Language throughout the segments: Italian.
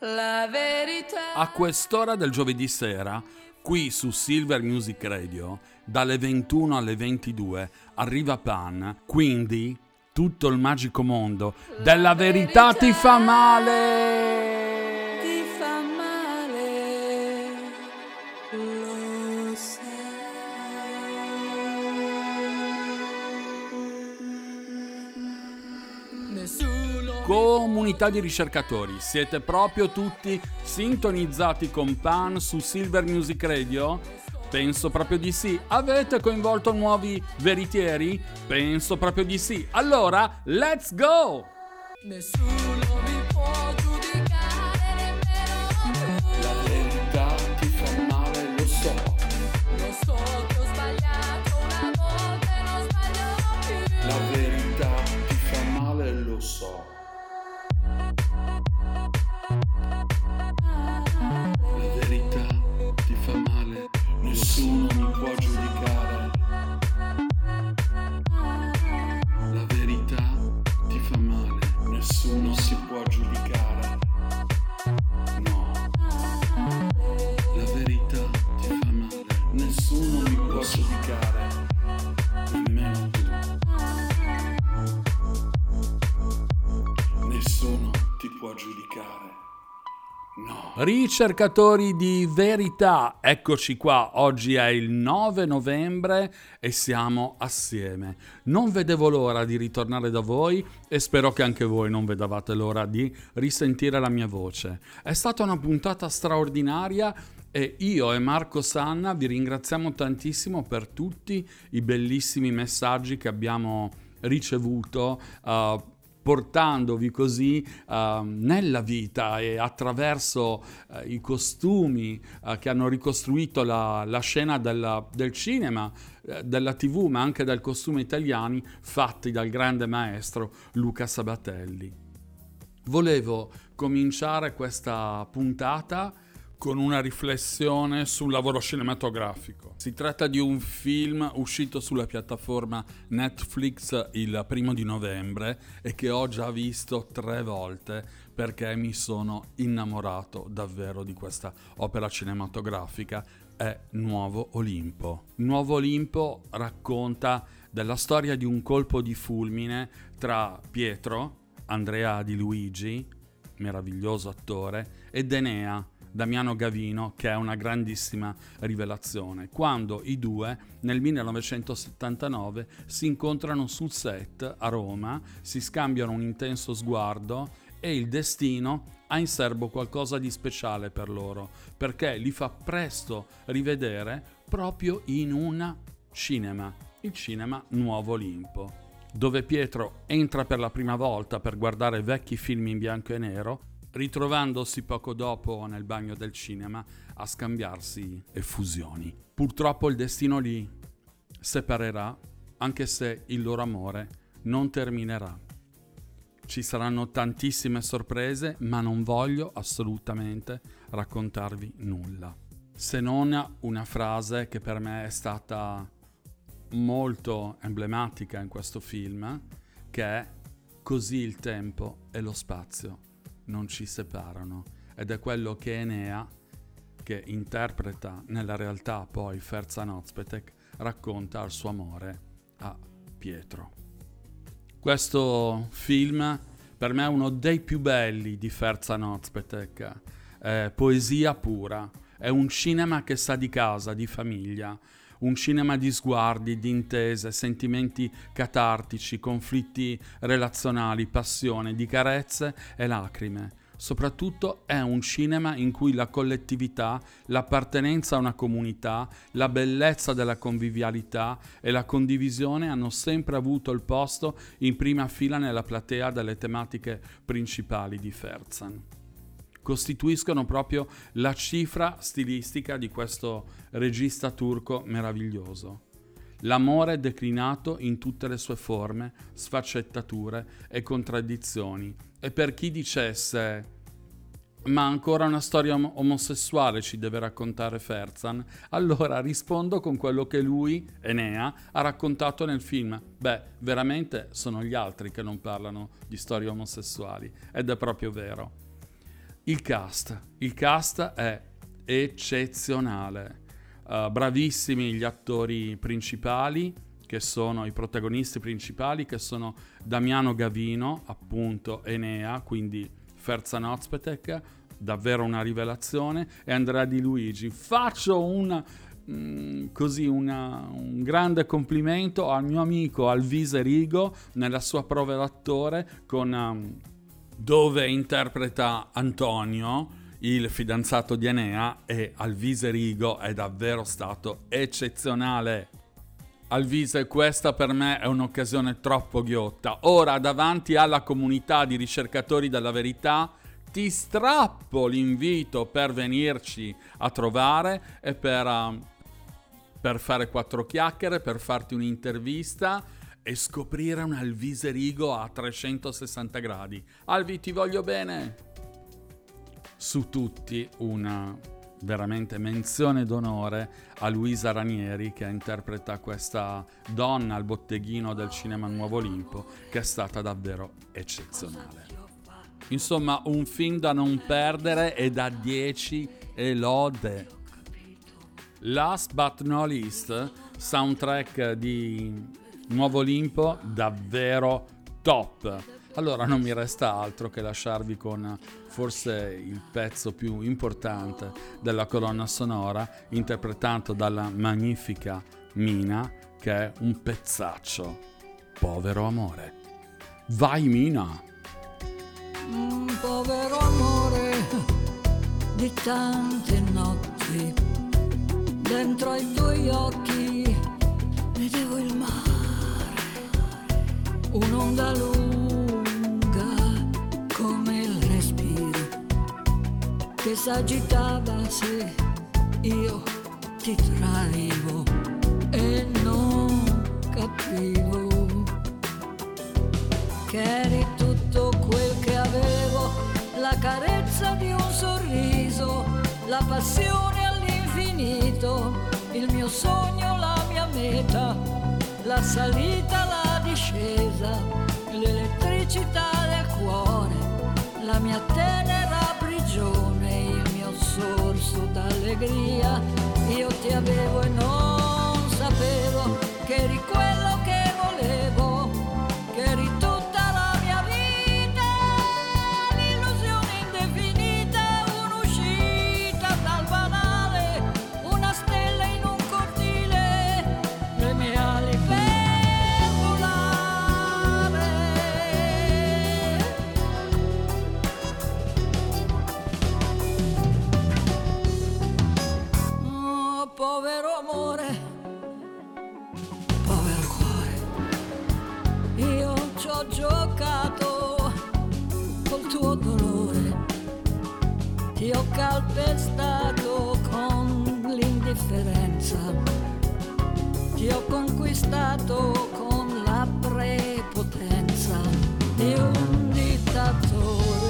La verità. A quest'ora del giovedì sera, qui su Silver Music Radio, dalle 21 alle 22, arriva Pan, quindi tutto il magico mondo della verità ti fa male! Ti fa male, lo sai. Nessuno. Comunità di ricercatori, siete proprio tutti sintonizzati con Pan su Silver Music Radio? Penso proprio di sì. Avete coinvolto nuovi veritieri? Penso proprio di sì. Allora, let's go! Nessuno mi può giudicare, nemmeno tu. La verità ti fa male, lo so. Lo so che ho sbagliato una volta e non sbaglierò più. La verità ti fa male, lo so. La verità ti fa male, nessuno mi può giudicare. La verità ti fa male, nessuno si può giudicare. No. La verità ti fa male, nessuno mi può giudicare. Nemmeno tu. Nessuno ti può giudicare. No. Ricercatori di verità, eccoci qua, oggi è il 9 novembre e siamo assieme. Non vedevo l'ora di ritornare da voi e spero che anche voi non vedevate l'ora di risentire la mia voce. È stata una puntata straordinaria e io e Marco Sanna vi ringraziamo tantissimo per tutti i bellissimi messaggi che abbiamo ricevuto portandovi così nella vita e attraverso i costumi che hanno ricostruito la scena del cinema, della TV, ma anche del costume italiani fatti dal grande maestro Luca Sabatelli. Volevo cominciare questa puntata con una riflessione sul lavoro cinematografico. Si tratta di un film uscito sulla piattaforma Netflix il 1 di novembre e che ho già visto 3 volte perché mi sono innamorato davvero di questa opera cinematografica. È Nuovo Olimpo. Nuovo Olimpo racconta della storia di un colpo di fulmine tra Pietro, Andrea Di Luigi, meraviglioso attore, ed Enea, Damiano Gavino, che è una grandissima rivelazione, quando i due nel 1979 si incontrano sul set a Roma, si scambiano un intenso sguardo e il destino ha in serbo qualcosa di speciale per loro, perché li fa presto rivedere proprio in un cinema, il cinema Nuovo Olimpo, dove Pietro entra per la prima volta per guardare vecchi film in bianco e nero, ritrovandosi poco dopo nel bagno del cinema a scambiarsi effusioni. Purtroppo il destino li separerà, anche se il loro amore non terminerà. Ci saranno tantissime sorprese, ma non voglio assolutamente raccontarvi nulla, se non una frase che per me è stata molto emblematica in questo film, che è: così il tempo e lo spazio non ci separano, ed è quello che Enea, che interpreta nella realtà poi Ferzan Özpetek, racconta al suo amore a Pietro. Questo film per me è uno dei più belli di Ferzan Özpetek, è poesia pura, è un cinema che sa di casa, di famiglia, un cinema di sguardi, di intese, sentimenti catartici, conflitti relazionali, passione, di carezze e lacrime. Soprattutto è un cinema in cui la collettività, l'appartenenza a una comunità, la bellezza della convivialità e la condivisione hanno sempre avuto il posto in prima fila nella platea delle tematiche principali di Ferzan. Costituiscono proprio la cifra stilistica di questo regista turco meraviglioso. L'amore declinato in tutte le sue forme, sfaccettature e contraddizioni. E per chi dicesse: ma ancora una storia omosessuale ci deve raccontare Ferzan, allora rispondo con quello che lui, Enea, ha raccontato nel film. Beh, veramente sono gli altri che non parlano di storie omosessuali, ed è proprio vero. Il cast è eccezionale. Bravissimi gli attori principali, che sono i protagonisti principali, che sono Damiano Gavino, appunto Enea, quindi Ferzan Özpetek, davvero una rivelazione, e Andrea Di Luigi. Faccio un grande complimento al mio amico Alvise Rigo nella sua prova d'attore, dove interpreta Antonio, il fidanzato di Enea, e Alvise Rigo è davvero stato eccezionale. Alvise, questa per me è un'occasione troppo ghiotta. Ora, davanti alla comunità di ricercatori della verità, ti strappo l'invito per venirci a trovare e per fare 4 chiacchiere, per farti un'intervista e scoprire un Alvise Rigo a 360 gradi. Alvi, ti voglio bene! Su tutti una veramente menzione d'onore a Luisa Ranieri, che interpreta questa donna al botteghino del Cinema Nuovo Olimpo, che è stata davvero eccezionale. Insomma, un film da non perdere e da 10 lode. Last but not least, soundtrack di Nuovo Olimpo davvero top. Allora non mi resta altro che lasciarvi con forse il pezzo più importante della colonna sonora, interpretato dalla magnifica Mina, che è un pezzaccio. Povero amore. Vai Mina! Povero amore di tante notti, dentro ai tuoi occhi vedevo il mare, un'onda lunga come il respiro che s'agitava se io ti tradivo e non capivo che eri tutto quel che avevo, la carezza di un sorriso, la passione all'infinito, il mio sogno, la mia meta, la salita, la discesa, l'elettricità del cuore, la mia tenera prigione, il mio sorso d'allegria. Io ti avevo e non sapevo che eri quello che volevo, che eri tutta la mia vita, l'illusione indefinita, un'uscita dal banale, una stella in un cortile, le mie ali per volare. Oh, povero amore, povero cuore, io ci ho giocato col tuo dolore, ti ho calpestato con l'indifferenza, ti ho conquistato con la prepotenza di un dittatore.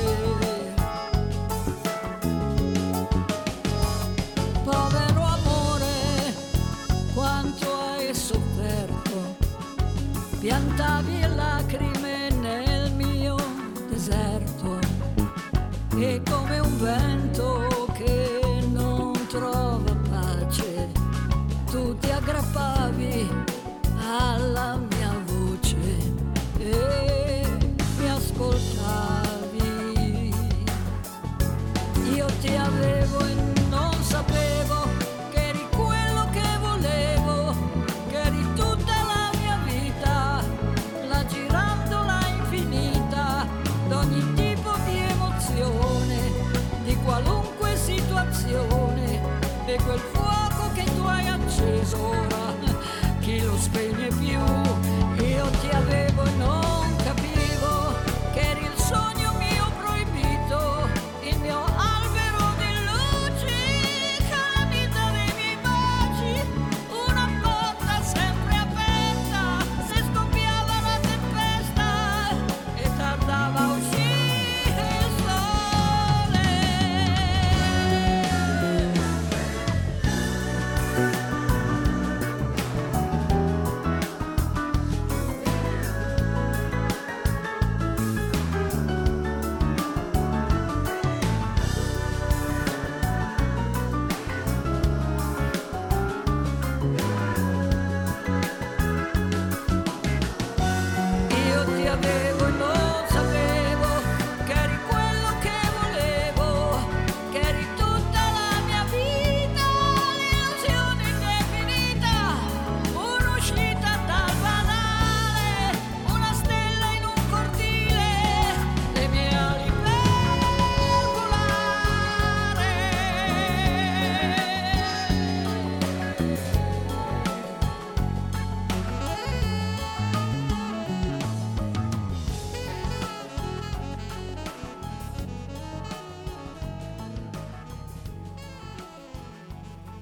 Povero amore, quanto hai sofferto, piantavi lacrime nel mio deserto e come un vento che non trova pace, tu ti aggrappavi alla mia voce e mi ascoltavi. Io ti avevo e non sapevo che eri quello che volevo, che eri tutta la mia vita, la girandola infinita d'ogni tipo di emozione, di qualunque situazione, e quel fuoco che tu hai acceso ora, chi lo spegne più? Io ti avevo e non capivo che eri il sogno mio proibito, il mio albero di luci, calamita dei miei baci, una porta sempre aperta se scoppiava la tempesta e tardava a uscire il sole.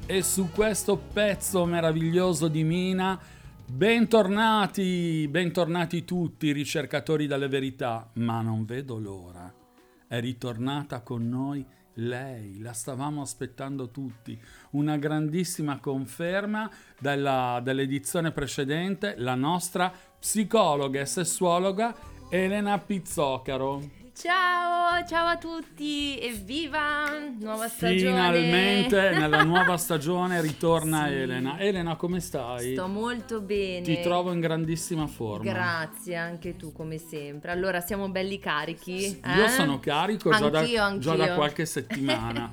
E su questo pezzo meraviglioso di Mina, bentornati tutti ricercatori delle verità, ma non vedo l'ora. È ritornata con noi lei, la stavamo aspettando tutti, una grandissima conferma dell'edizione precedente, la nostra psicologa e sessuologa Elena Pizzocaro. Ciao a tutti, evviva, nuova stagione. Finalmente nella nuova stagione ritorna Sì. Elena, come stai? Sto molto bene. Ti trovo in grandissima forma. Grazie, anche tu come sempre. Allora, siamo belli carichi? Io sono carico già Anch'io. da qualche settimana.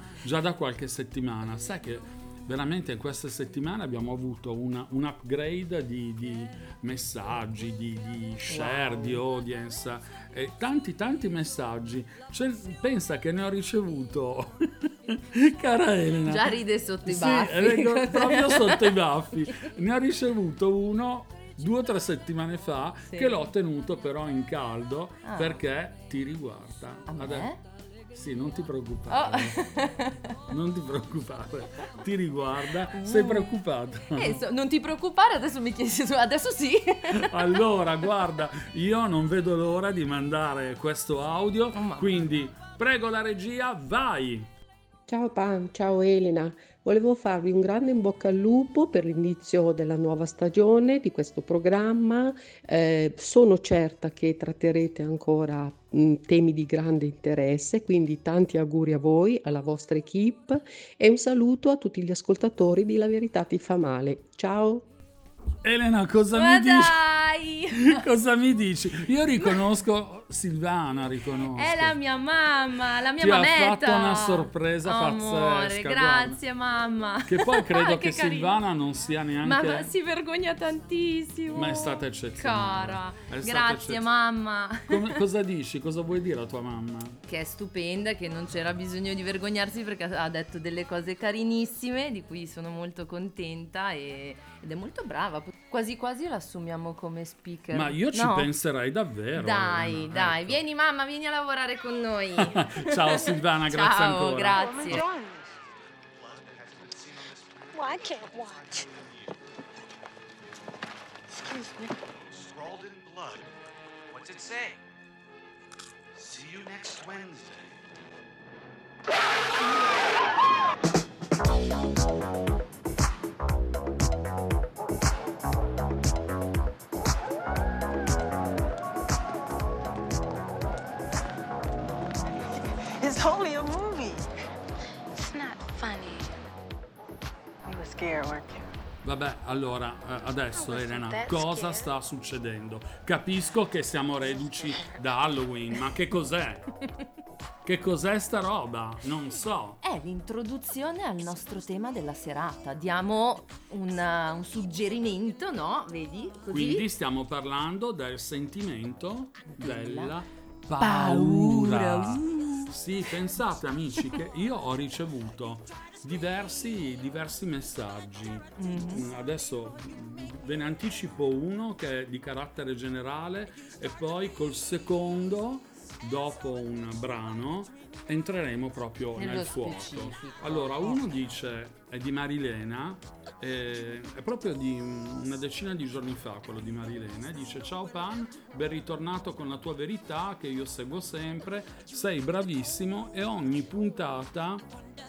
Sai che veramente in queste settimane abbiamo avuto un upgrade di messaggi, di share, Wow. di audience, e tanti messaggi. Pensa che ne ho ricevuto, cara Elena. Già ride sotto i Sì, baffi. proprio sotto i baffi. Ne ho ricevuto uno 2 o 3 settimane fa, Sì. che l'ho tenuto però in caldo, Ah. perché ti riguarda. A me? Adesso- Sì, non ti preoccupare. Oh. Non ti preoccupare, ti riguarda, sei preoccupato. Non ti preoccupare, adesso mi chiedi, adesso sì. Allora, guarda, io non vedo l'ora di mandare questo audio, ma- quindi prego la regia, vai! Ciao Pam, ciao Elena. Volevo farvi un grande in bocca al lupo per l'inizio della nuova stagione di questo programma. Sono certa che tratterete ancora temi di grande interesse, quindi tanti auguri a voi, alla vostra equipe e un saluto a tutti gli ascoltatori di La Verità Ti Fa Male. Ciao! Elena, cosa Ma mi dici? dai! Cosa mi dici? Io riconosco Silvana, riconosco. È la mia mamma, la mia Ti ha mammetta. fatto una sorpresa Amore, pazzesca, grazie mamma. Che poi credo che carino. Silvana non sia neanche... Ma si vergogna tantissimo. Ma è stata eccezionale. Cara, È stata grazie eccezionale. mamma. Cosa dici? Cosa vuoi dire a tua mamma? Che è stupenda, che non c'era bisogno di vergognarsi perché ha detto delle cose carinissime di cui sono molto contenta ed è molto brava. Quasi quasi l'assumiamo come speaker. Ma io ci No? penserei davvero. Dai, Elena, dai, ecco. vieni mamma, vieni a lavorare con noi. Ciao Silvana, grazie Ciao, ancora. grazie. Well, I can't watch. Excuse me. Scrawled in blood. What's it say? See you next Wednesday. It's only a movie. It's not funny. You were scared, weren't you? Vabbè, allora, adesso I wasn't Elena, that cosa scared. sta succedendo? Capisco che siamo reduci da Halloween, ma che cos'è? Che cos'è sta roba? Non so. È l'introduzione al nostro tema della serata. Diamo un suggerimento, no? Vedi? Così. Quindi stiamo parlando del sentimento della paura. paura. Sì, pensate amici che io ho ricevuto diversi messaggi. Adesso ve ne anticipo uno che è di carattere generale e poi col secondo, dopo un brano, entreremo proprio Nello nel fuoco. specifico. Allora, uno dice, è di Marilena, è proprio di una decina di giorni fa quello di Marilena, e dice: ciao Pan, ben ritornato con la tua verità che io seguo sempre, sei bravissimo e ogni puntata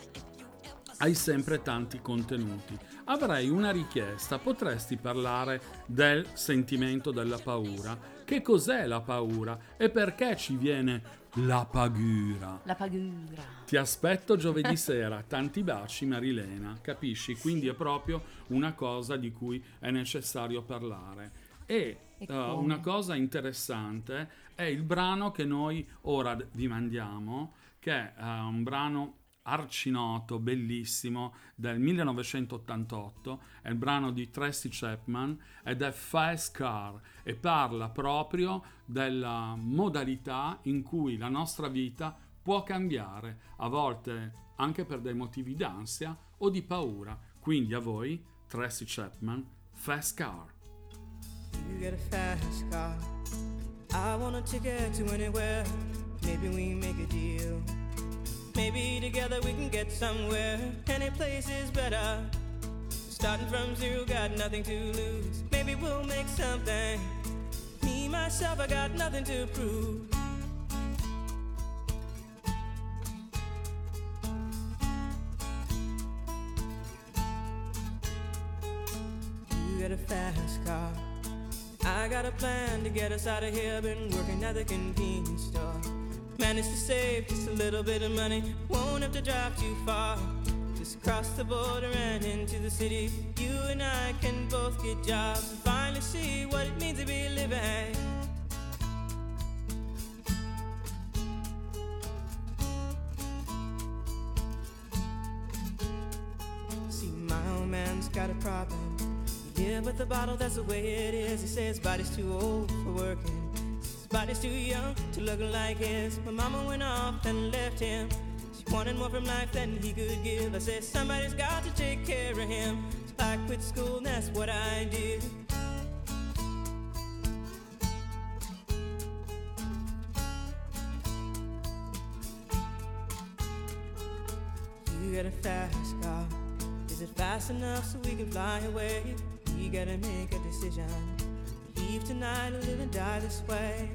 hai sempre tanti contenuti. Avrei una richiesta, potresti parlare del sentimento della paura? Che cos'è la paura e perché ci viene la paura? La paura. Ti aspetto giovedì sera, tanti baci Marilena, capisci? Quindi è proprio una cosa di cui è necessario parlare. E come? una cosa interessante è il brano che noi ora vi mandiamo, che è un brano arcinoto, bellissimo, del 1988, è il brano di Tracy Chapman ed è Fast Car e parla proprio della modalità in cui la nostra vita può cambiare, a volte anche per dei motivi d'ansia o di paura. Quindi a voi, Tracy Chapman, Fast Car. You get a fast car. I want a ticket to anywhere. Maybe we make a deal. Maybe together we can get somewhere. Any place is better. Starting from zero, got nothing to lose. Maybe we'll make something. Me, myself, I got nothing to prove. You got a fast car. I got a plan to get us out of here. Been working at the convenience store. Managed to save just a little bit of money. Won't have to drive too far. Just cross the border and into the city. You and I can both get jobs and finally see what it means to be living. See, my old man's got a problem. Yeah, with the bottle, that's the way it is. He says his body's too old for working. His body's too young to look like his. My mama went off and left him. She wanted more from life than he could give. I said, somebody's got to take care of him. So I quit school and that's what I did. You got a fast car. Is it fast enough so we can fly away? We gotta make a decision. Leave tonight or live and die this way.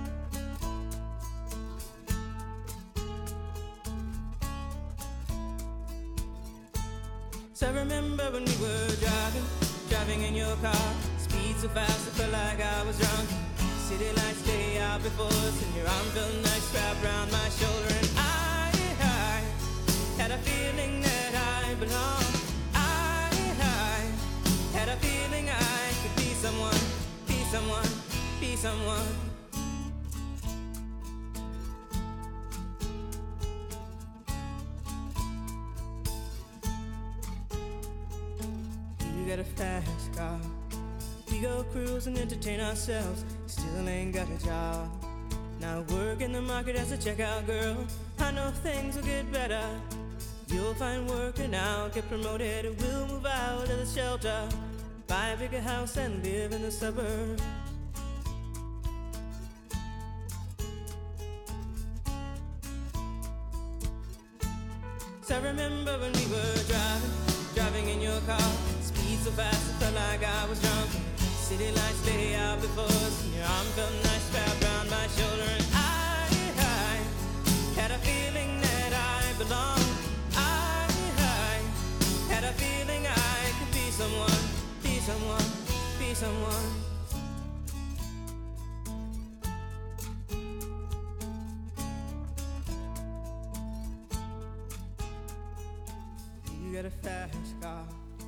So I remember when we were driving in your car. Speed so fast I felt like I was drunk. City lights lay out before us and your arm felt nice wrapped around my shoulder. And I had a feeling that I belonged. I had a feeling I could be someone, be someone, be someone. You got a fast car. We go cruise and entertain ourselves. Still ain't got a job. Now work in the market as a checkout girl. I know things will get better. You'll find work and I'll get promoted. And we'll move out of the shelter, buy a bigger house and live in the suburbs. So I remember when we were driving in your car. Speed so fast I felt like I was drunk. City lights lay out before us and your arm felt nice wrapped around my shoulder. And I had a feeling that I belonged. I had a feeling I could be someone, be someone, be someone. You got a fast car.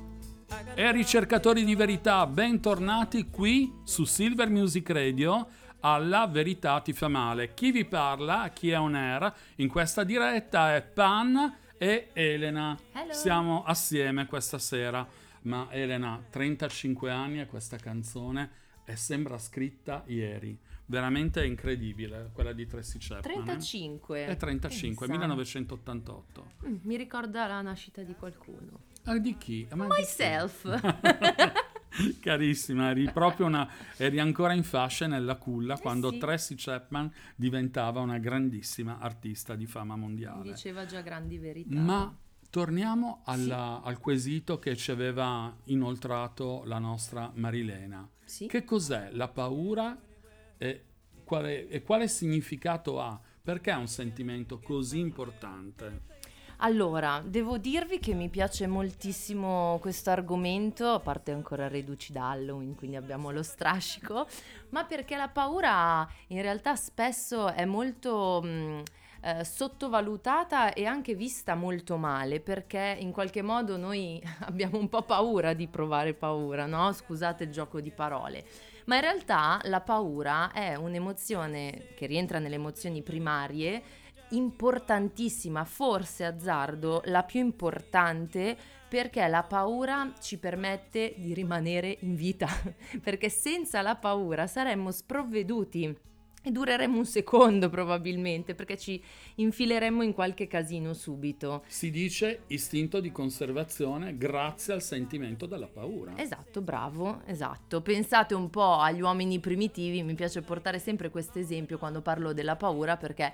E ricercatori di verità, bentornati qui su Silver Music Radio alla Verità ti fa male. Chi vi parla, chi è on air in questa diretta è Pan e Elena. Hello. Siamo assieme questa sera. Ma Elena, 35 anni e questa canzone e sembra scritta ieri. Veramente incredibile, quella di Tracy Chapman. 35. È 35, Pensa. 1988. Mi ricorda la nascita di qualcuno. Di chi? Ma di Myself. chi? Carissima, eri ancora in fascia nella culla quando sì. Tracy Chapman diventava una grandissima artista di fama mondiale. Diceva già grandi verità. Ma torniamo al quesito che ci aveva inoltrato la nostra Marilena. Sì. Che cos'è la paura e quale significato ha? Perché è un sentimento così importante? Allora, devo dirvi che mi piace moltissimo questo argomento, a parte ancora reduci da Halloween, quindi abbiamo lo strascico, ma perché la paura in realtà spesso è molto sottovalutata e anche vista molto male, perché in qualche modo noi abbiamo un po' paura di provare paura, no? Scusate il gioco di parole. Ma in realtà la paura è un'emozione che rientra nelle emozioni primarie, importantissima, forse azzardo la più importante, perché la paura ci permette di rimanere in vita, perché senza la paura saremmo sprovveduti e dureremmo un secondo probabilmente, perché ci infileremmo in qualche casino subito. Si dice istinto di conservazione grazie al sentimento della paura. Esatto, bravo, esatto. Pensate un po' agli uomini primitivi, mi piace portare sempre questo esempio quando parlo della paura, perché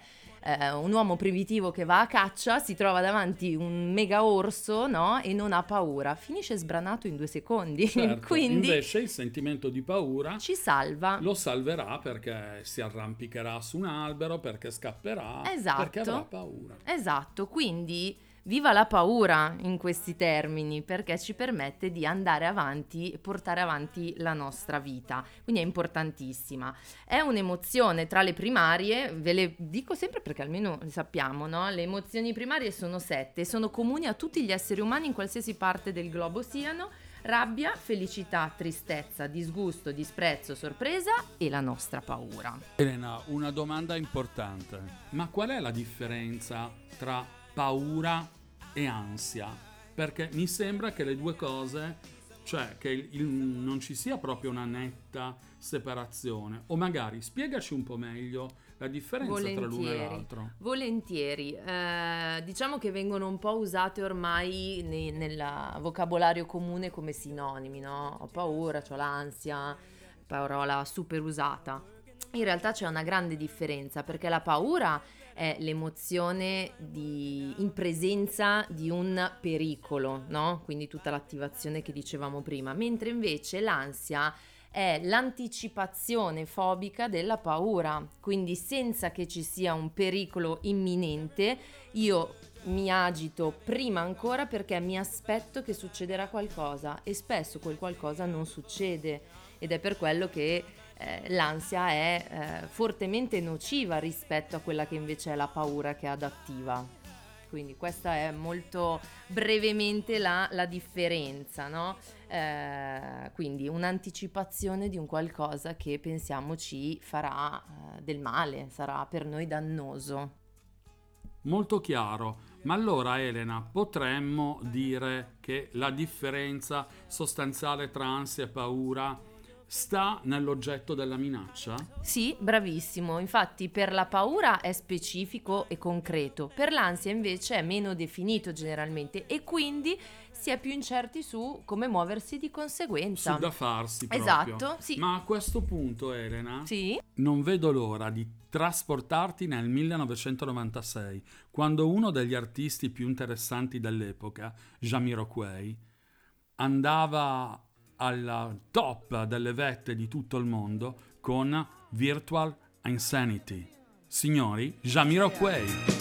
un uomo primitivo che va a caccia, si trova davanti un mega orso, no? E non ha paura, finisce sbranato in 2 secondi. Certo, Quindi invece il sentimento di paura ci salva. lo salverà perché si arrampicherà su un albero, perché scapperà, Esatto. perché avrà paura. Esatto, quindi viva la paura in questi termini, perché ci permette di andare avanti e portare avanti la nostra vita, quindi è importantissima. È un'emozione tra le primarie, ve le dico sempre perché almeno le sappiamo, no? Le emozioni primarie sono 7, sono comuni a tutti gli esseri umani in qualsiasi parte del globo siano: rabbia, felicità, tristezza, disgusto, disprezzo, sorpresa e la nostra paura. Elena, una domanda importante. Ma qual è la differenza tra paura e ansia? Perché mi sembra che le due cose, cioè che non ci sia proprio una netta separazione. O magari spiegaci un po' meglio la differenza tra l'uno e l'altro. Volentieri, diciamo che vengono un po' usate ormai nel vocabolario comune come sinonimi, no? Ho paura, c'ho l'ansia, parola super usata. In realtà c'è una grande differenza, perché la paura è l'emozione in presenza di un pericolo, no? Quindi tutta l'attivazione che dicevamo prima, mentre invece l'ansia è l'anticipazione fobica della paura, quindi senza che ci sia un pericolo imminente, io mi agito prima ancora perché mi aspetto che succederà qualcosa e spesso quel qualcosa non succede, ed è per quello che l'ansia è fortemente nociva rispetto a quella che invece è la paura, che è adattiva. Quindi questa è molto brevemente la differenza, no? Quindi un'anticipazione di un qualcosa che pensiamo ci farà del male, sarà per noi dannoso. Molto chiaro. Ma allora, Elena, potremmo dire che la differenza sostanziale tra ansia e paura sta nell'oggetto della minaccia? Sì, bravissimo. Infatti per la paura è specifico e concreto, per l'ansia invece è meno definito generalmente e quindi si è più incerti su come muoversi di conseguenza. Su da farsi proprio. Esatto, sì. Ma a questo punto, Elena, sì? Non vedo l'ora di trasportarti nel 1996, quando uno degli artisti più interessanti dell'epoca, Jamiroquai, andava al top delle vette di tutto il mondo con Virtual Insanity. Signori, Jamiroquai.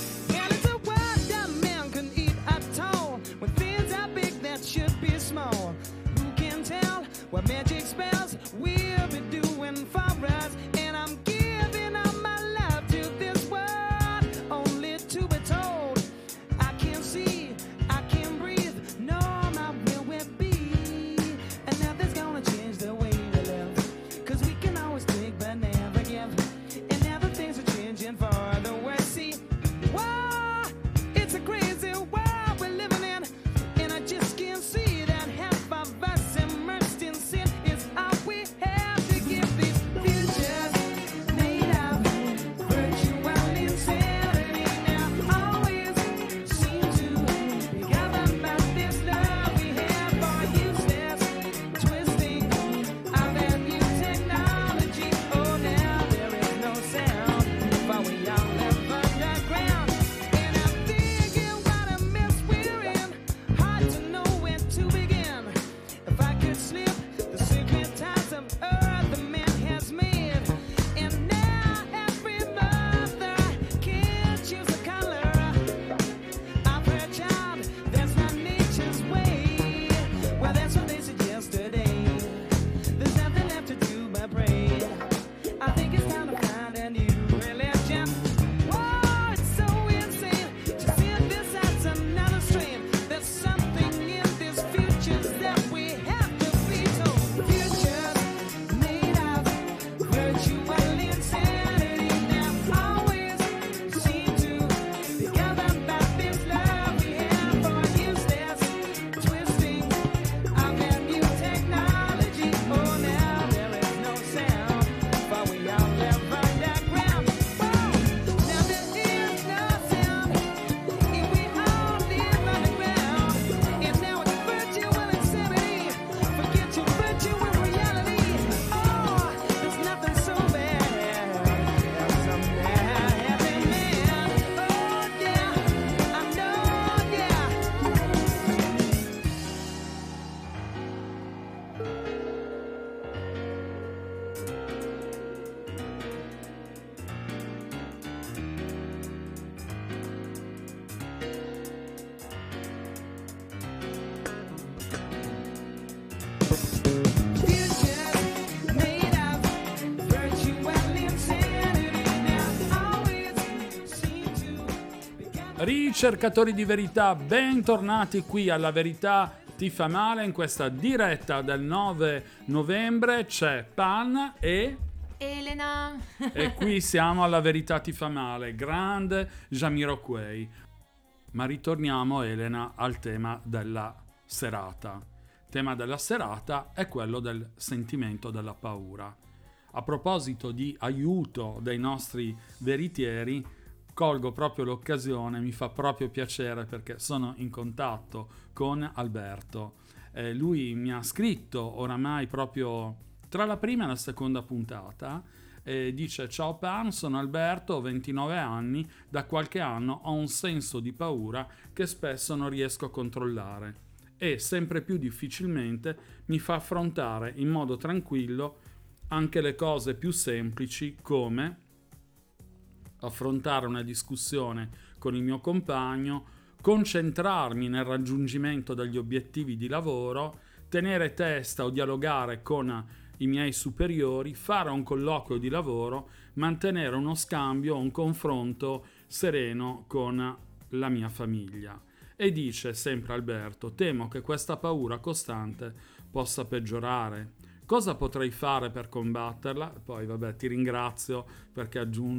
Ricercatori di verità, bentornati qui alla Verità Ti fa male in questa diretta del 9 novembre. C'è Pan e Elena. E qui siamo alla Verità Ti fa male, grande Jamiroquai. Ma ritorniamo, Elena, al tema della serata. Il tema della serata è quello del sentimento della paura. A proposito di aiuto dei nostri veritieri, colgo proprio l'occasione, mi fa proprio piacere perché sono in contatto con Alberto. Lui mi ha scritto oramai proprio tra la prima e la seconda puntata. Dice: ciao Pan, sono Alberto, ho 29 anni, da qualche anno ho un senso di paura che spesso non riesco a controllare e sempre più difficilmente mi fa affrontare in modo tranquillo anche le cose più semplici, come affrontare una discussione con il mio compagno, concentrarmi nel raggiungimento degli obiettivi di lavoro, tenere testa o dialogare con i miei superiori, fare un colloquio di lavoro, mantenere uno scambio o un confronto sereno con la mia famiglia. E dice sempre Alberto: temo che questa paura costante possa peggiorare. Cosa potrei fare per combatterla? Poi vabbè, ti ringrazio perché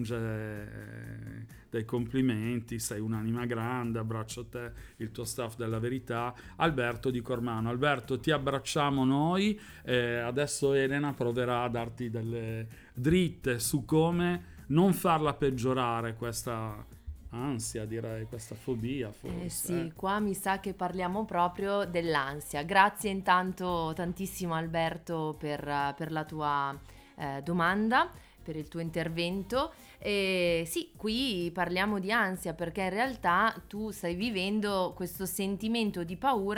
aggiunge dei complimenti, sei un'anima grande, abbraccio te, il tuo staff della Verità. Alberto di Cormano. Alberto, ti abbracciamo noi, adesso Elena proverà a darti delle dritte su come non farla peggiorare questa ansia, direi, questa fobia forse. Sì, qua mi sa che parliamo proprio dell'ansia. Grazie intanto tantissimo Alberto per la tua domanda, per il tuo intervento. Sì, qui parliamo di ansia perché in realtà tu stai vivendo questo sentimento di paura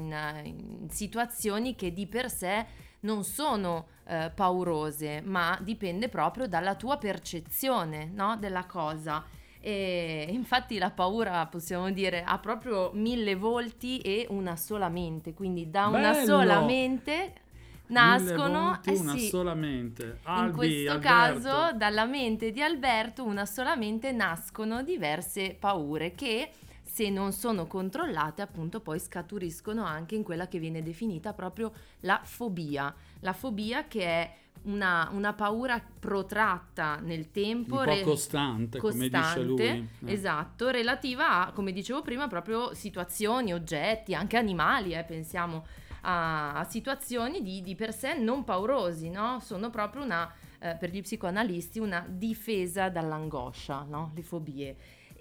in situazioni che di per sé non sono paurose, ma dipende proprio dalla tua percezione, no, della cosa. E infatti la paura, possiamo dire, ha proprio 1000 volti e una sola mente, quindi da una sola mente nascono 1000 volti, una sola mente. In questo Alberto. caso dalla mente di Alberto, una sola mente, nascono diverse paure che, se non sono controllate, appunto poi scaturiscono anche in quella che viene definita proprio la fobia che è una paura protratta nel tempo, un po' costante, come dice lui. Esatto, relativa a, come dicevo prima, proprio situazioni, oggetti, anche animali, pensiamo a situazioni di per sé non paurosi, no? Sono proprio per gli psicoanalisti una difesa dall'angoscia, no? Le fobie.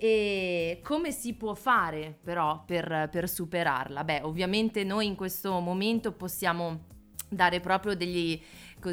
E come si può fare però per superarla? Beh, ovviamente noi in questo momento possiamo dare proprio delle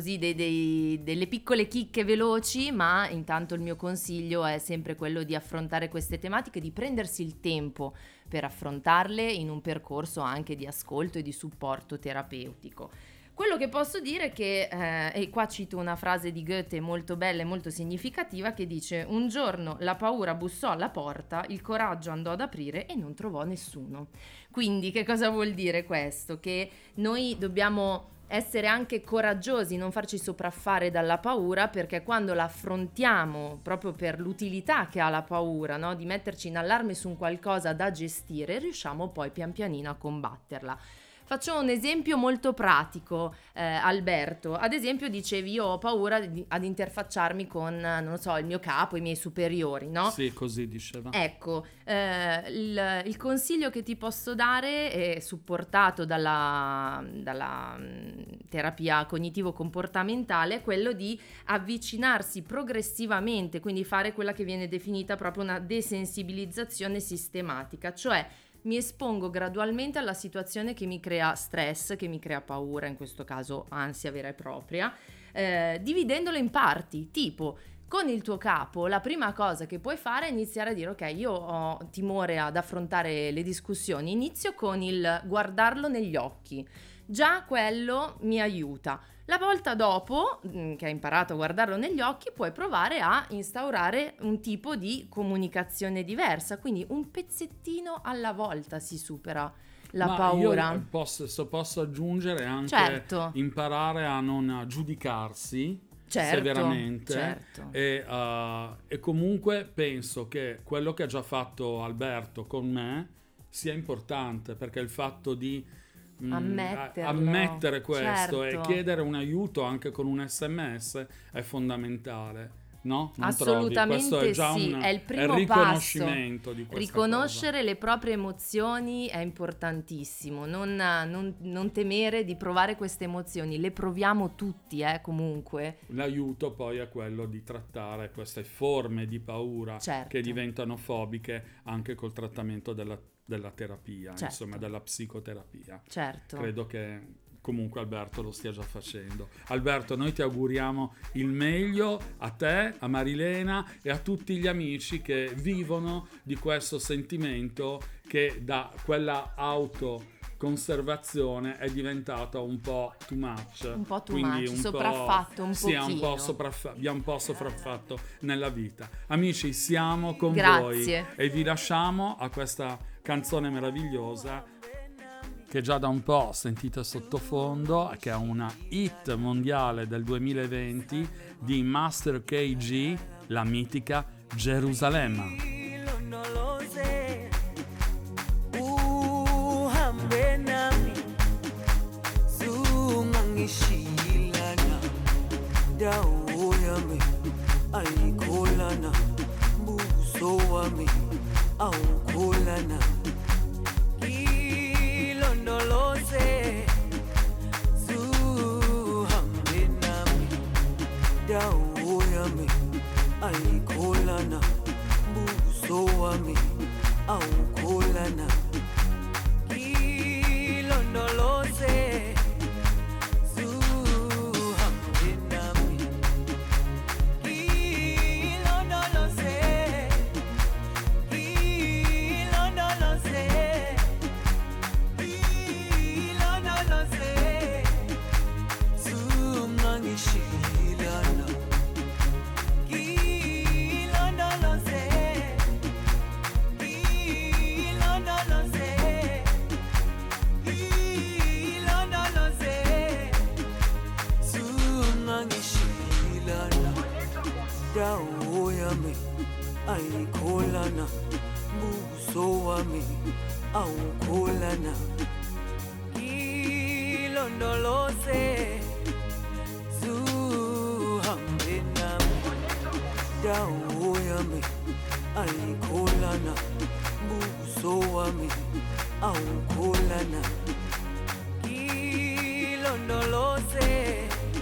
piccole chicche veloci, ma intanto il mio consiglio è sempre quello di affrontare queste tematiche, di prendersi il tempo per affrontarle in un percorso anche di ascolto e di supporto terapeutico. Quello che posso dire è che, e qua cito una frase di Goethe molto bella e molto significativa, che dice: un giorno la paura bussò alla porta, il coraggio andò ad aprire e non trovò nessuno. Quindi che cosa vuol dire questo? Che noi dobbiamo essere anche coraggiosi, non farci sopraffare dalla paura, perché quando la affrontiamo proprio per l'utilità che ha la paura, no? Di metterci in allarme su un qualcosa da gestire, riusciamo poi pian pianino a combatterla. Faccio un esempio molto pratico, Alberto. Ad esempio dicevi: io ho paura ad interfacciarmi con, non lo so, il mio capo, i miei superiori, no? Sì, così diceva. Ecco, il consiglio che ti posso dare, è supportato dalla terapia cognitivo-comportamentale, è quello di avvicinarsi progressivamente, quindi fare quella che viene definita proprio una desensibilizzazione sistematica, cioè mi espongo gradualmente alla situazione che mi crea stress, che mi crea paura, in questo caso ansia vera e propria, dividendolo in parti, tipo con il tuo capo la prima cosa che puoi fare è iniziare a dire: ok, io ho timore ad affrontare le discussioni, inizio con il guardarlo negli occhi, già quello mi aiuta. La volta dopo che hai imparato a guardarlo negli occhi, puoi provare a instaurare un tipo di comunicazione diversa, quindi un pezzettino alla volta si supera la paura. Io posso aggiungere anche, certo, imparare a non giudicarsi severamente. Certo. E comunque penso che quello che ha già fatto Alberto con me sia importante, perché il fatto di ammettere questo e chiedere un aiuto anche con un SMS è fondamentale. No? Non Assolutamente trovi? Questo è già sì, è il primo è il riconoscimento di questa riconoscere le proprie emozioni è importantissimo, non temere di provare queste emozioni, le proviamo tutti comunque. L'aiuto poi è quello di trattare queste forme di paura che diventano fobiche anche col trattamento della terapia, insomma della psicoterapia. Credo che comunque Alberto lo stia già facendo. Alberto, noi ti auguriamo il meglio a te, a Marilena e a tutti gli amici che vivono di questo sentimento che da quella autoconservazione è diventato un po' too much. Un po' too much, sopraffatto un pochino. Vi ha un po' sopraffatto nella vita. Amici, siamo con voi e vi lasciamo a questa canzone meravigliosa che già da un po' sentite sottofondo, che è una hit mondiale del 2020 di Master KG, la mitica Gerusalemme. Dawo yami ayikholana buso wami awukholana ilondoloze zuhambe nami ilondoloze zungangishilana dawo yami ayikholana buso wami awukholana ilondoloze zuhambe nami dawo yami ayikholana buso wami awukholana ilondoloze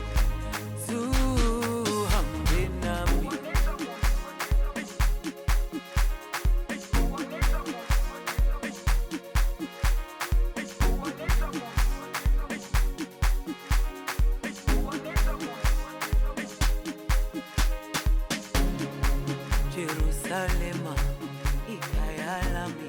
Jerusalema ikayalami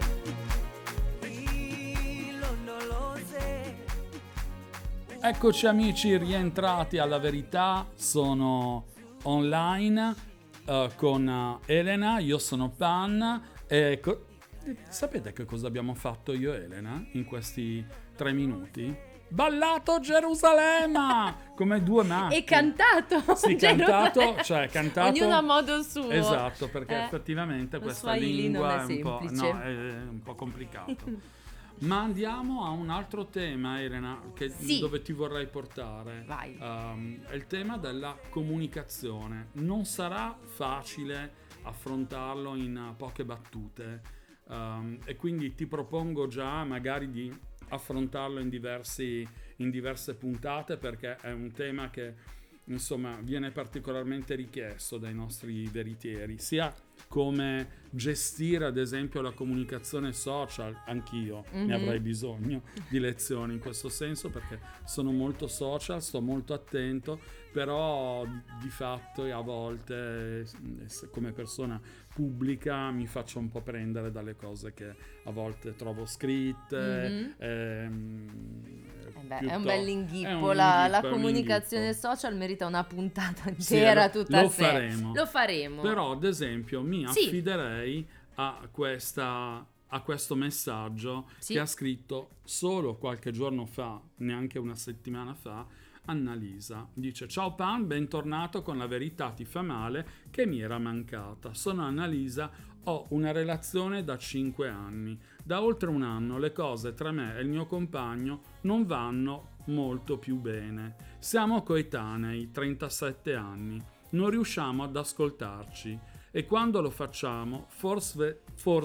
ilondoloze. Eccoci amici, rientrati alla verità, sono online con Elena, io sono Pan e sapete che cosa abbiamo fatto io e Elena in questi 3 minuti? Ballato Gerusalemme come due matti e cantato. Sì, cantato ognuno a modo suo, esatto, perché effettivamente questa lingua è un po' complicato. Ma andiamo a un altro tema, Elena, dove ti vorrei portare. Vai. È il tema della comunicazione. Non sarà facile affrontarlo in poche battute, e quindi ti propongo già magari di affrontarlo in diverse puntate, perché è un tema che insomma viene particolarmente richiesto dai nostri veritieri, sia come gestire ad esempio la comunicazione social. Anch'io ne avrei bisogno di lezioni in questo senso, perché sono molto social, sto molto attento, però di fatto e a volte come persona pubblica mi faccio un po' prendere dalle cose che a volte trovo scritte. È un bell'inghippo, la comunicazione social merita una puntata intera, tutta a sé. Lo faremo. Però ad esempio mi affiderei a questo messaggio che ha scritto solo qualche giorno fa, neanche una settimana fa, Annalisa dice: ciao Pan, bentornato con La verità ti fa male che mi era mancata. Sono Annalisa, ho una relazione da 5 anni. Da oltre un anno le cose tra me e il mio compagno non vanno molto più bene. Siamo coetanei, 37 anni. Non riusciamo ad ascoltarci e quando lo facciamo forse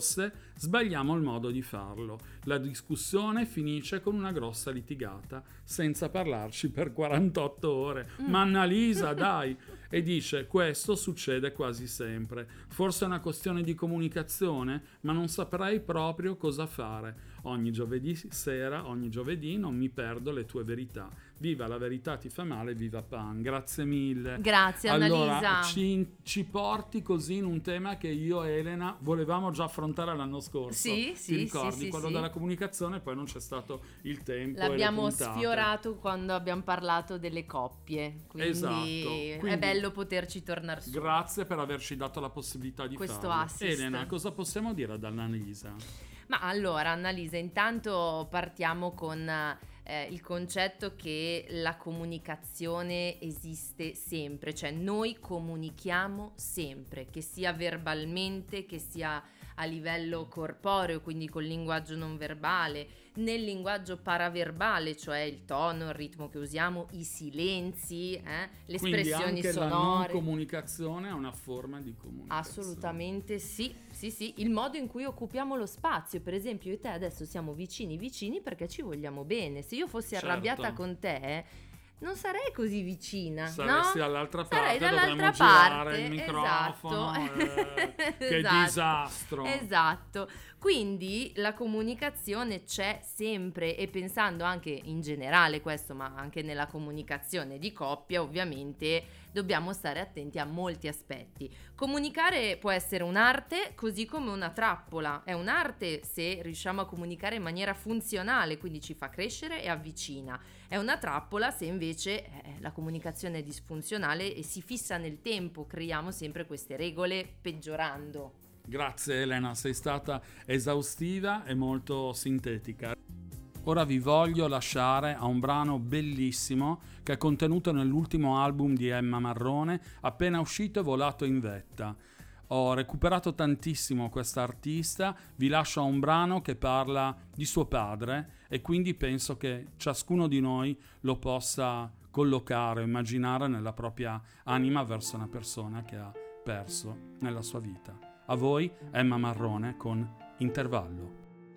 sbagliamo il modo di farlo. La discussione finisce con una grossa litigata senza parlarci per 48 ore. Ma Annalisa, dai! E dice: questo succede quasi sempre. Forse è una questione di comunicazione, ma non saprei proprio cosa fare. Ogni giovedì sera, ogni giovedì non mi perdo le tue verità. Viva La verità ti fa male, viva Pan. Grazie mille. Grazie allora, Annalisa. ci porti così in un tema che io e Elena volevamo già affrontare l'anno scorso. Sì, ti ricordi? sì, quello sì. della comunicazione, poi non c'è stato il tempo. L'abbiamo e le puntate. sfiorato quando abbiamo parlato delle coppie, quindi, Esatto. è bello poterci tornare su. Grazie per averci dato la possibilità di Questo farlo. assist. Elena, cosa possiamo dire ad Annalisa? Ma allora, Annalisa, intanto partiamo con il concetto che la comunicazione esiste sempre, cioè noi comunichiamo sempre, che sia verbalmente, che sia a livello corporeo, quindi col linguaggio non verbale, nel linguaggio paraverbale, cioè il tono, il ritmo che usiamo, i silenzi, le espressioni Quindi anche sonore. la non comunicazione è una forma di comunicazione. Assolutamente sì, il modo in cui occupiamo lo spazio. Per esempio io e te adesso siamo vicini perché ci vogliamo bene. Se io fossi arrabbiata con te non sarei così vicina, saresti no? dall'altra Sarei parte, dall'altra dovremmo parte, girare il microfono, esatto. che Esatto. disastro. Esatto, quindi la comunicazione c'è sempre, e pensando anche in generale questo, ma anche nella comunicazione di coppia, ovviamente dobbiamo stare attenti a molti aspetti. Comunicare può essere un'arte così come una trappola. È un'arte se riusciamo a comunicare in maniera funzionale, quindi ci fa crescere e avvicina. È una trappola se invece la comunicazione è disfunzionale e si fissa nel tempo, creiamo sempre queste regole peggiorando. Grazie Elena, sei stata esaustiva e molto sintetica. Ora vi voglio lasciare a un brano bellissimo che è contenuto nell'ultimo album di Emma Marrone, appena uscito e volato in vetta. Ho recuperato tantissimo questa artista, vi lascio a un brano che parla di suo padre e quindi penso che ciascuno di noi lo possa collocare, immaginare nella propria anima verso una persona che ha perso nella sua vita. A voi Emma Marrone con Intervallo.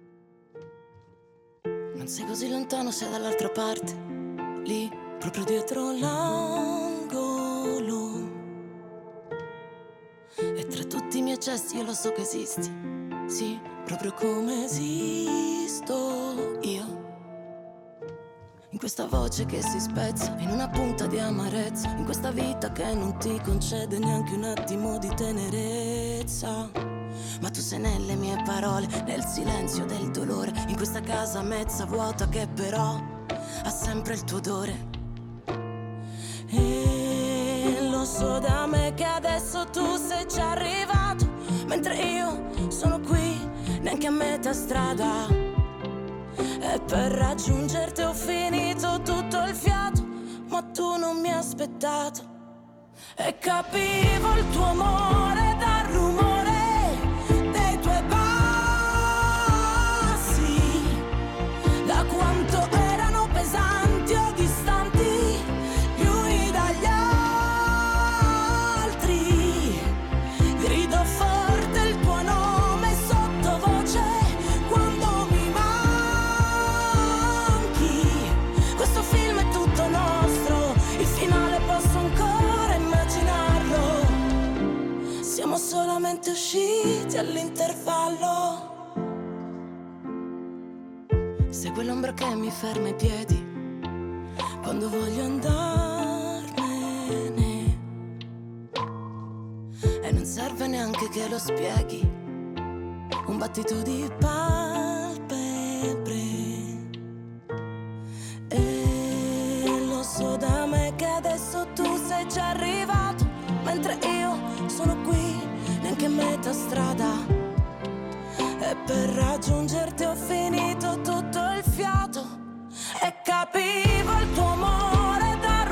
Non sei così lontano, sei dall'altra parte, lì, proprio dietro l'angolo. E tra tutti i miei gesti io lo so che esisti, sì, proprio come esisto io. In questa voce che si spezza, in una punta di amarezza, in questa vita che non ti concede neanche un attimo di tenerezza. Ma tu sei nelle mie parole, nel silenzio del dolore, in questa casa mezza vuota che però ha sempre il tuo odore. E lo so da me che adesso tu sei già arrivato, mentre io sono qui, neanche a metà strada. E per raggiungerti ho finito tutto il fiato, ma tu non mi hai aspettato. E capivo il tuo amore dal rumore dei tuoi passi, da quanto erano pesanti o distanti gli uni dagli altri. Grido forte il tuo nome sottovoce quando mi manchi. Questo film è tutto nostro, il finale posso ancora immaginarlo. Siamo solamente usciti all'intervallo. Sei quell'ombra che mi ferma i piedi quando voglio andarmene, e non serve neanche che lo spieghi, un battito di palpebre. E lo so da me che adesso tu sei già arrivato, mentre io sono qui, neanche a metà strada. E per raggiungerti ho finito tutto il fiato. E capivo il tuo amore da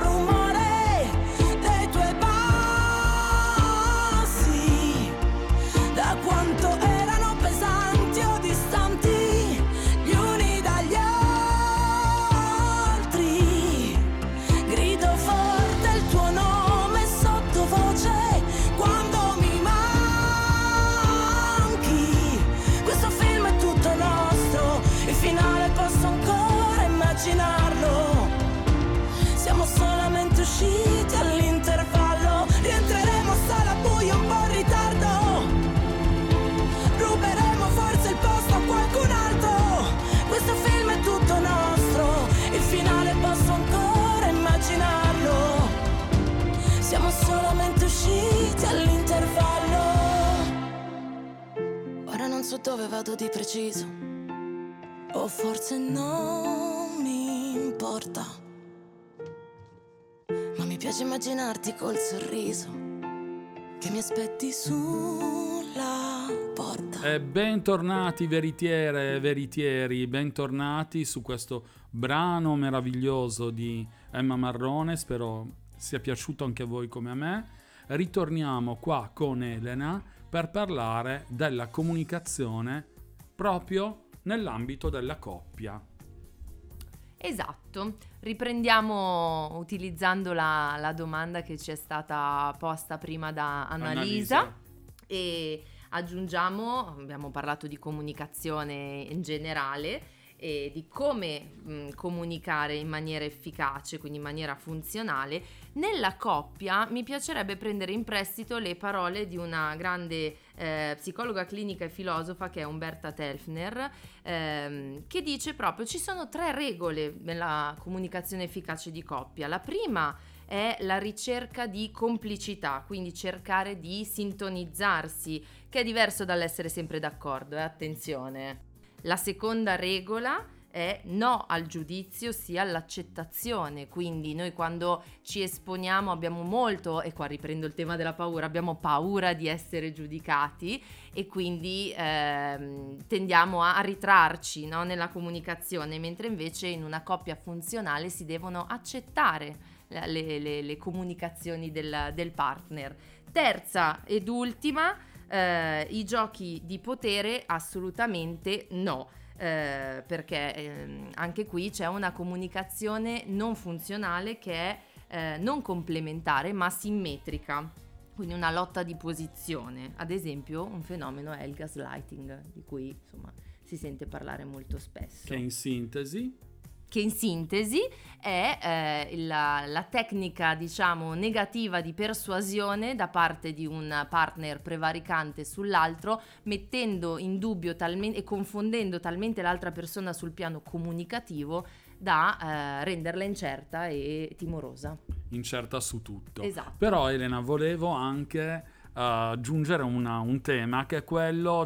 dove vado di preciso. O forse non mi importa, ma mi piace immaginarti col sorriso che mi aspetti sulla porta. E bentornati veritiere e veritieri, bentornati su questo brano meraviglioso di Emma Marrone, spero sia piaciuto anche a voi come a me. Ritorniamo qua con Elena per parlare della comunicazione proprio nell'ambito della coppia. Esatto, riprendiamo utilizzando la domanda che ci è stata posta prima da Annalisa e aggiungiamo, abbiamo parlato di comunicazione in generale e di come comunicare in maniera efficace, quindi in maniera funzionale. Nella coppia mi piacerebbe prendere in prestito le parole di una grande psicologa clinica e filosofa che è Umberta Telfner, che dice proprio ci sono 3 regole nella comunicazione efficace di coppia. La prima è la ricerca di complicità, quindi cercare di sintonizzarsi, che è diverso dall'essere sempre d'accordo, attenzione. La seconda regola è no al giudizio, sia all'accettazione, quindi noi quando ci esponiamo abbiamo molto, e qua riprendo il tema della paura, abbiamo paura di essere giudicati e quindi tendiamo a ritrarci, no, nella comunicazione, mentre invece in una coppia funzionale si devono accettare le comunicazioni del partner. Terza ed ultima, i giochi di potere assolutamente no, perché anche qui c'è una comunicazione non funzionale che è non complementare ma simmetrica, quindi una lotta di posizione. Ad esempio un fenomeno è il gaslighting, di cui insomma si sente parlare molto spesso. Che in sintesi è la tecnica, diciamo, negativa di persuasione da parte di un partner prevaricante sull'altro, mettendo in dubbio talmente e confondendo talmente l'altra persona sul piano comunicativo da renderla incerta e timorosa. Incerta su tutto. Esatto. Però Elena, volevo anche aggiungere un tema che è quello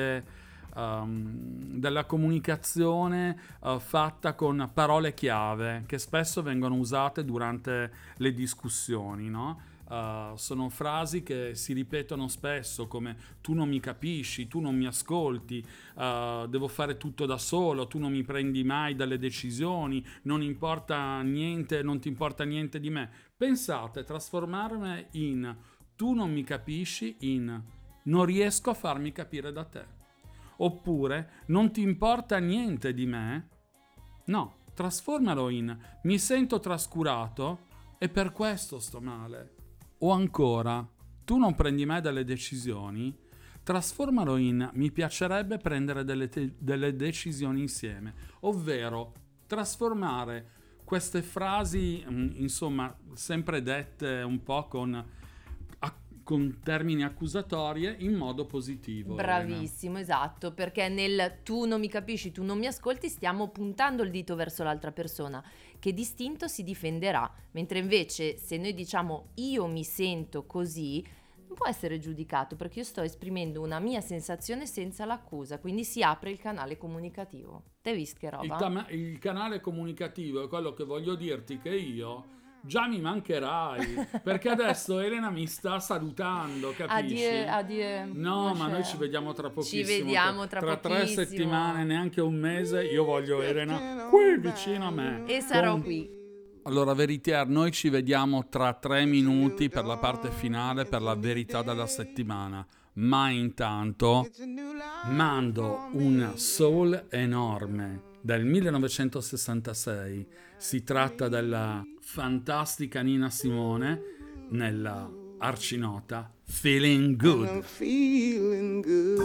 della comunicazione fatta con parole chiave che spesso vengono usate durante le discussioni, no? Sono frasi che si ripetono spesso, come tu non mi capisci, tu non mi ascolti, devo fare tutto da solo, tu non mi prendi mai dalle decisioni, non importa niente, non ti importa niente di me. Pensate, trasformarmi in tu non mi capisci in non riesco a farmi capire da te. Oppure non ti importa niente di me? No, trasformalo in mi sento trascurato e per questo sto male. O ancora, tu non prendi mai delle decisioni? Trasformalo in mi piacerebbe prendere delle decisioni insieme. Ovvero, trasformare queste frasi, insomma, sempre dette un po' con termini accusatorie in modo positivo. Bravissimo, Elena. Esatto, perché nel tu non mi capisci, tu non mi ascolti stiamo puntando il dito verso l'altra persona che distinto si difenderà, mentre invece se noi diciamo io mi sento così non può essere giudicato perché io sto esprimendo una mia sensazione senza l'accusa, quindi si apre il canale comunicativo. Te visto che roba? Il canale comunicativo è quello che voglio dirti che io già mi mancherai, perché adesso Elena mi sta salutando, capisci? Addio. No, ma noi ci vediamo tra pochissimo. Ci vediamo tra 3 settimane, neanche un mese, io voglio Elena qui vicino a me. E sarò qui. Allora, Veritier, noi ci vediamo tra 3 minuti per la parte finale, per la verità della settimana. Ma intanto mando un soul enorme del 1966. Si tratta della fantastica Nina Simone nella arcinota Feeling Good. I'm feeling good.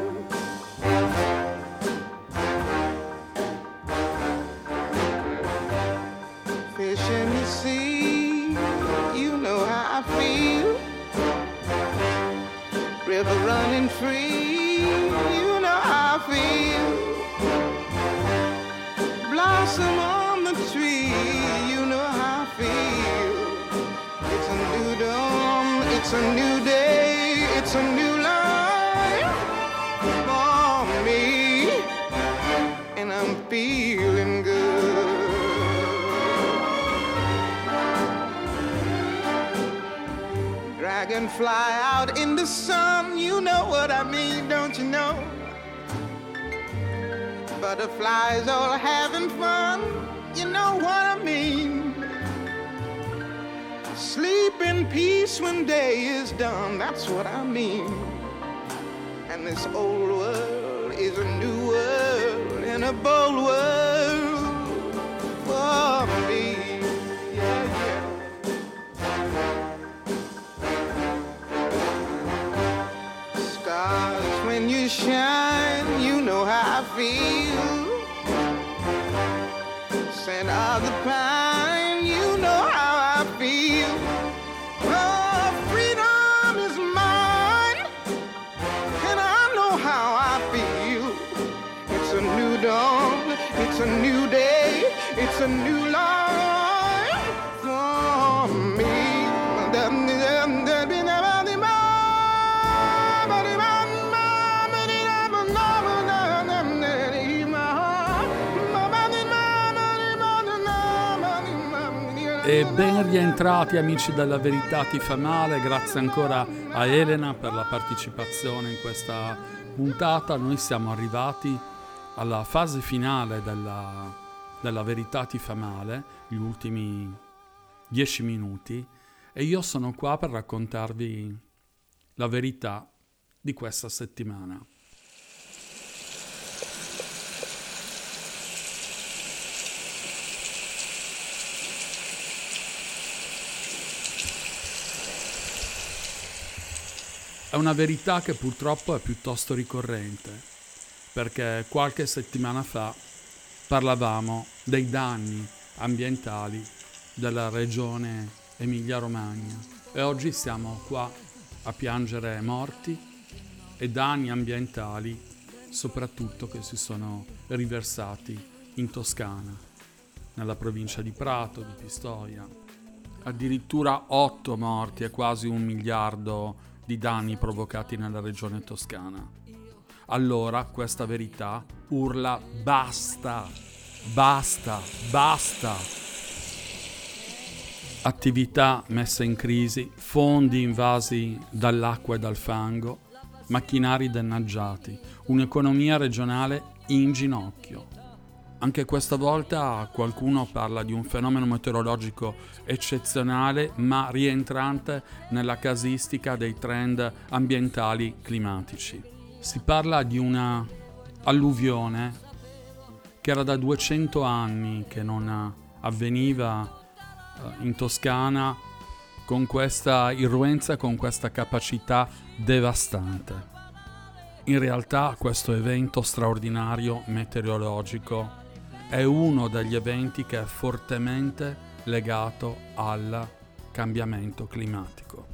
Fish in the sea, you know how I feel. River running free, you know how I feel. Blossom on the tree, you know how I feel. It's a new dawn, it's a new day, it's a new life for feeling good. Dragonfly out in the sun, you know what I mean, don't you know? Butterflies all having fun, you know what I mean. Sleep in peace when day is done, that's what I mean. And this old world is a new world and a bold world for me. Yeah, yeah. Stars, when you shine, you know how I feel. Scent of the pine, you know how I feel. Oh, freedom is mine, and I know how I feel. It's a new dawn, it's a new day, it's a new life for me. E ben rientrati amici della Verità Ti Fa Male, grazie ancora a Elena per la partecipazione in questa puntata. Noi siamo arrivati alla fase finale della Verità Ti Fa Male, gli ultimi 10 minuti, e io sono qua per raccontarvi la verità di questa settimana. È una verità che purtroppo è piuttosto ricorrente, perché qualche settimana fa parlavamo dei danni ambientali della regione Emilia-Romagna e oggi siamo qua a piangere morti e danni ambientali soprattutto che si sono riversati in Toscana, nella provincia di Prato, di Pistoia. Addirittura 8 morti e quasi 1 miliardo di danni provocati nella regione toscana. Allora questa verità urla basta, basta, basta. Attività messe in crisi, fondi invasi dall'acqua e dal fango, macchinari danneggiati, un'economia regionale in ginocchio. Anche questa volta qualcuno parla di un fenomeno meteorologico eccezionale ma rientrante nella casistica dei trend ambientali climatici. Si parla di una alluvione che era da 200 anni che non avveniva in Toscana con questa irruenza, con questa capacità devastante. In realtà questo evento straordinario meteorologico è uno degli eventi che è fortemente legato al cambiamento climatico.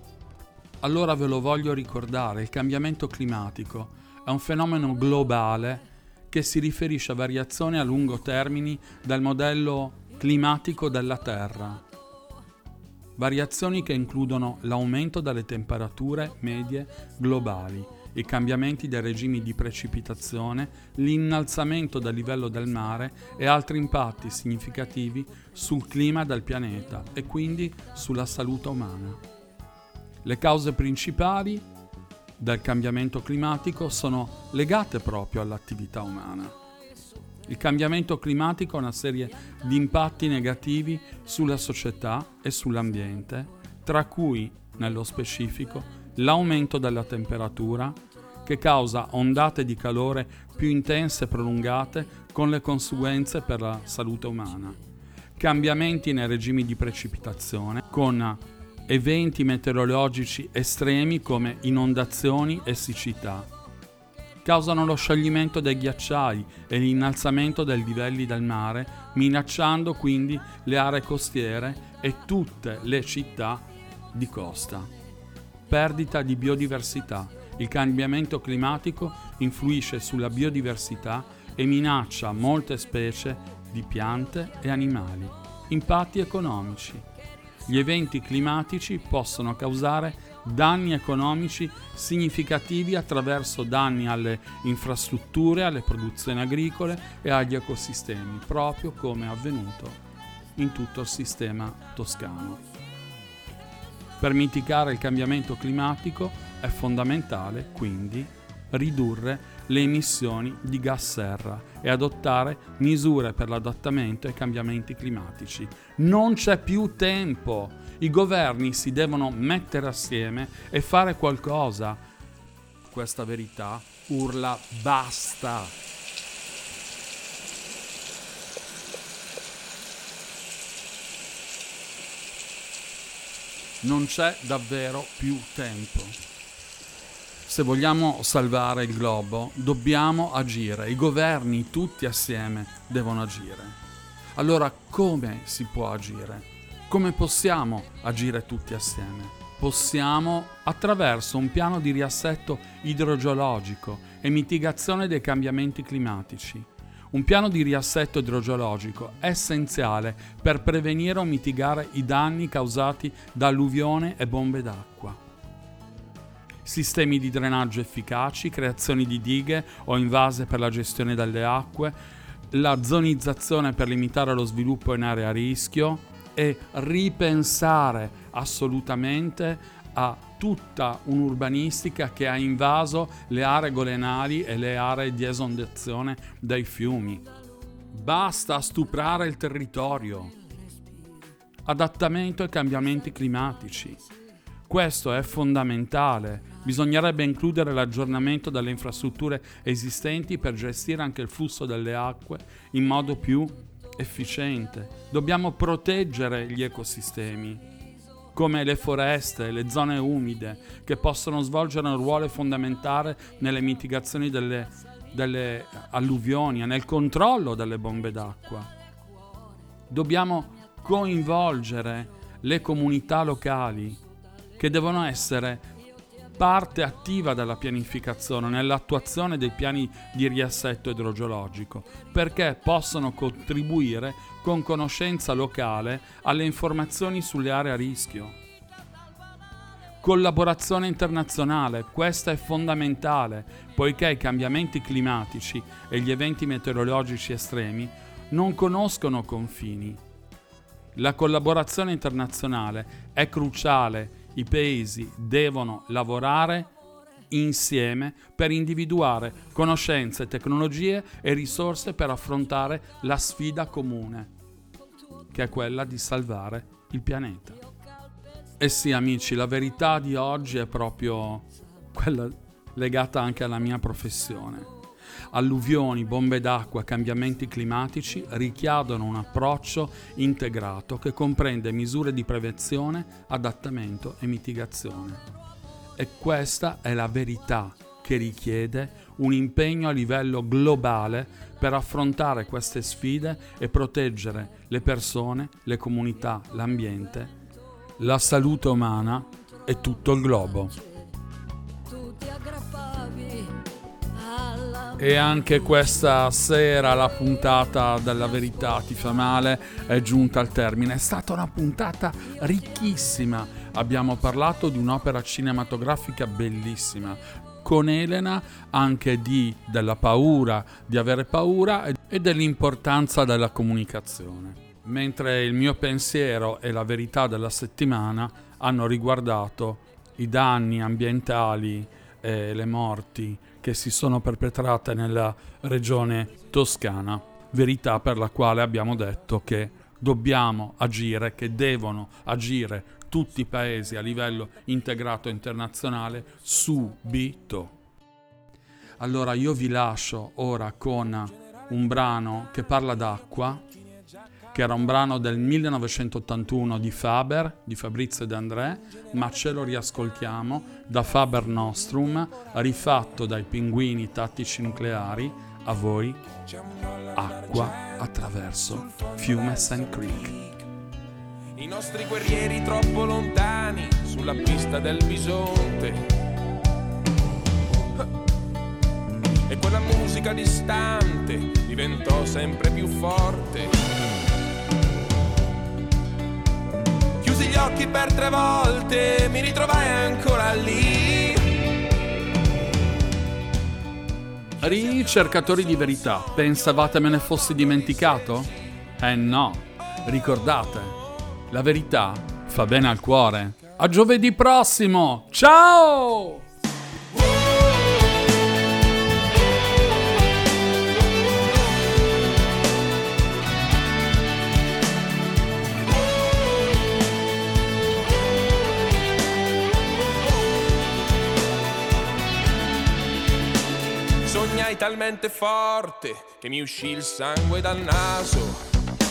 Allora ve lo voglio ricordare, il cambiamento climatico è un fenomeno globale che si riferisce a variazioni a lungo termine del modello climatico della Terra. Variazioni che includono l'aumento delle temperature medie globali, i cambiamenti dei regimi di precipitazione, l'innalzamento del livello del mare e altri impatti significativi sul clima del pianeta e quindi sulla salute umana. Le cause principali del cambiamento climatico sono legate proprio all'attività umana. Il cambiamento climatico ha una serie di impatti negativi sulla società e sull'ambiente, tra cui, nello specifico, l'aumento della temperatura che causa ondate di calore più intense e prolungate con le conseguenze per la salute umana, cambiamenti nei regimi di precipitazione con eventi meteorologici estremi come inondazioni e siccità, causano lo scioglimento dei ghiacciai e l'innalzamento dei livelli del mare, minacciando quindi le aree costiere e tutte le città di costa. Perdita di biodiversità. Il cambiamento climatico influisce sulla biodiversità e minaccia molte specie di piante e animali. Impatti economici. Gli eventi climatici possono causare danni economici significativi attraverso danni alle infrastrutture, alle produzioni agricole e agli ecosistemi, proprio come è avvenuto in tutto il sistema toscano. Per mitigare il cambiamento climatico è fondamentale, quindi, ridurre le emissioni di gas serra e adottare misure per l'adattamento ai cambiamenti climatici. Non c'è più tempo, i governi si devono mettere assieme e fare qualcosa. Questa verità urla basta. Non c'è davvero più tempo. Se vogliamo salvare il globo, dobbiamo agire. I governi tutti assieme devono agire. Allora come si può agire? Come possiamo agire tutti assieme? Possiamo attraverso un piano di riassetto idrogeologico e mitigazione dei cambiamenti climatici. Un piano di riassetto idrogeologico è essenziale per prevenire o mitigare i danni causati da alluvione e bombe d'acqua. Sistemi di drenaggio efficaci, creazioni di dighe o invase per la gestione delle acque, la zonizzazione per limitare lo sviluppo in aree a rischio e ripensare assolutamente a tutta un'urbanistica che ha invaso le aree golenali e le aree di esondazione dei fiumi. Basta stuprare il territorio. Adattamento ai cambiamenti climatici. Questo è fondamentale. Bisognerebbe includere l'aggiornamento delle infrastrutture esistenti per gestire anche il flusso delle acque in modo più efficiente. Dobbiamo proteggere gli ecosistemi, come le foreste, le zone umide, che possono svolgere un ruolo fondamentale nelle mitigazioni delle alluvioni e nel controllo delle bombe d'acqua. Dobbiamo coinvolgere le comunità locali, che devono essere parte attiva della pianificazione, nell'attuazione dei piani di riassetto idrogeologico, perché possono contribuire con conoscenza locale alle informazioni sulle aree a rischio. Collaborazione internazionale, questa è fondamentale, poiché i cambiamenti climatici e gli eventi meteorologici estremi non conoscono confini. La collaborazione internazionale è cruciale. I paesi devono lavorare insieme per individuare conoscenze, tecnologie e risorse per affrontare la sfida comune, che è quella di salvare il pianeta. E sì, amici, la verità di oggi è proprio quella legata anche alla mia professione. Alluvioni, bombe d'acqua, cambiamenti climatici richiedono un approccio integrato che comprende misure di prevenzione, adattamento e mitigazione. E questa è la verità che richiede un impegno a livello globale per affrontare queste sfide e proteggere le persone, le comunità, l'ambiente, la salute umana e tutto il globo. E anche questa sera la puntata della verità ti fa male è giunta al termine. È stata una puntata ricchissima. Abbiamo parlato di un'opera cinematografica bellissima. Con Elena anche della paura, di avere paura e dell'importanza della comunicazione. Mentre il mio pensiero e la verità della settimana hanno riguardato i danni ambientali e le morti che si sono perpetrate nella regione toscana, verità per la quale abbiamo detto che dobbiamo agire, che devono agire tutti i paesi a livello integrato internazionale subito. Allora io vi lascio ora con un brano che parla d'acqua, che era un brano del 1981 di Faber, di Fabrizio De André, ma ce lo riascoltiamo da Faber Nostrum, rifatto dai Pinguini Tattici Nucleari. A voi, acqua attraverso fiume Sand Creek. I nostri guerrieri troppo lontani sulla pista del bisonte, e quella musica distante diventò sempre più forte. chiusi gli occhi per 3 volte, mi ritrovai ancora lì. Ricercatori di verità, pensavate me ne fossi dimenticato? No, ricordate, la verità fa bene al cuore. A giovedì prossimo, ciao! Sognai talmente forte che mi uscì il sangue dal naso.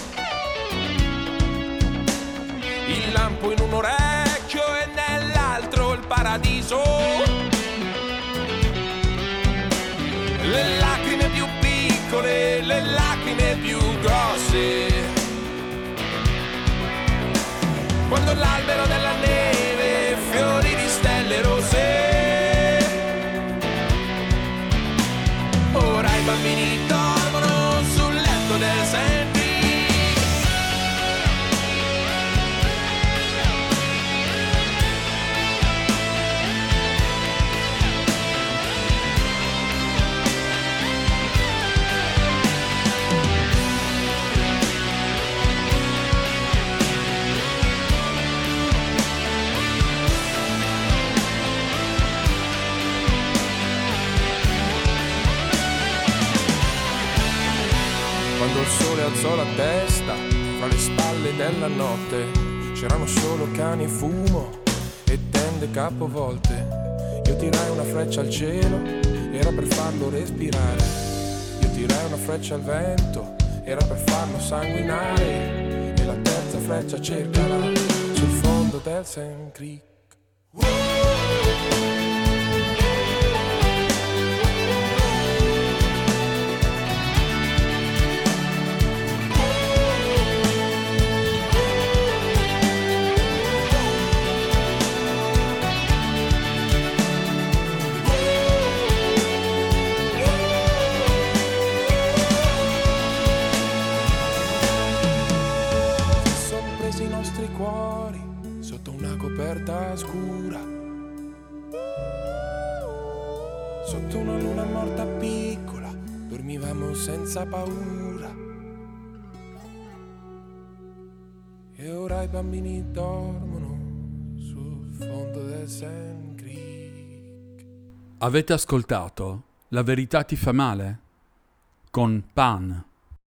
Il lampo in un orecchio e nell'altro il paradiso. Le lacrime più piccole, le lacrime più grosse. Quando l'albero della neve fiori di stelle rosse. Ora i bambini dormono sul letto del St. Quando il sole alzò la testa fra le spalle della notte, c'erano solo cani e fumo e tende capovolte. Io tirai una freccia al cielo, era per farlo respirare. Io tirai una freccia al vento, era per farlo sanguinare. E la terza freccia cercala sul fondo del St. Creek. I nostri cuori sotto una coperta scura, sotto una luna morta piccola, dormivamo senza paura. E ora i bambini dormono sul fondo del St. Creek. Avete ascoltato La verità ti fa male? Con Pan.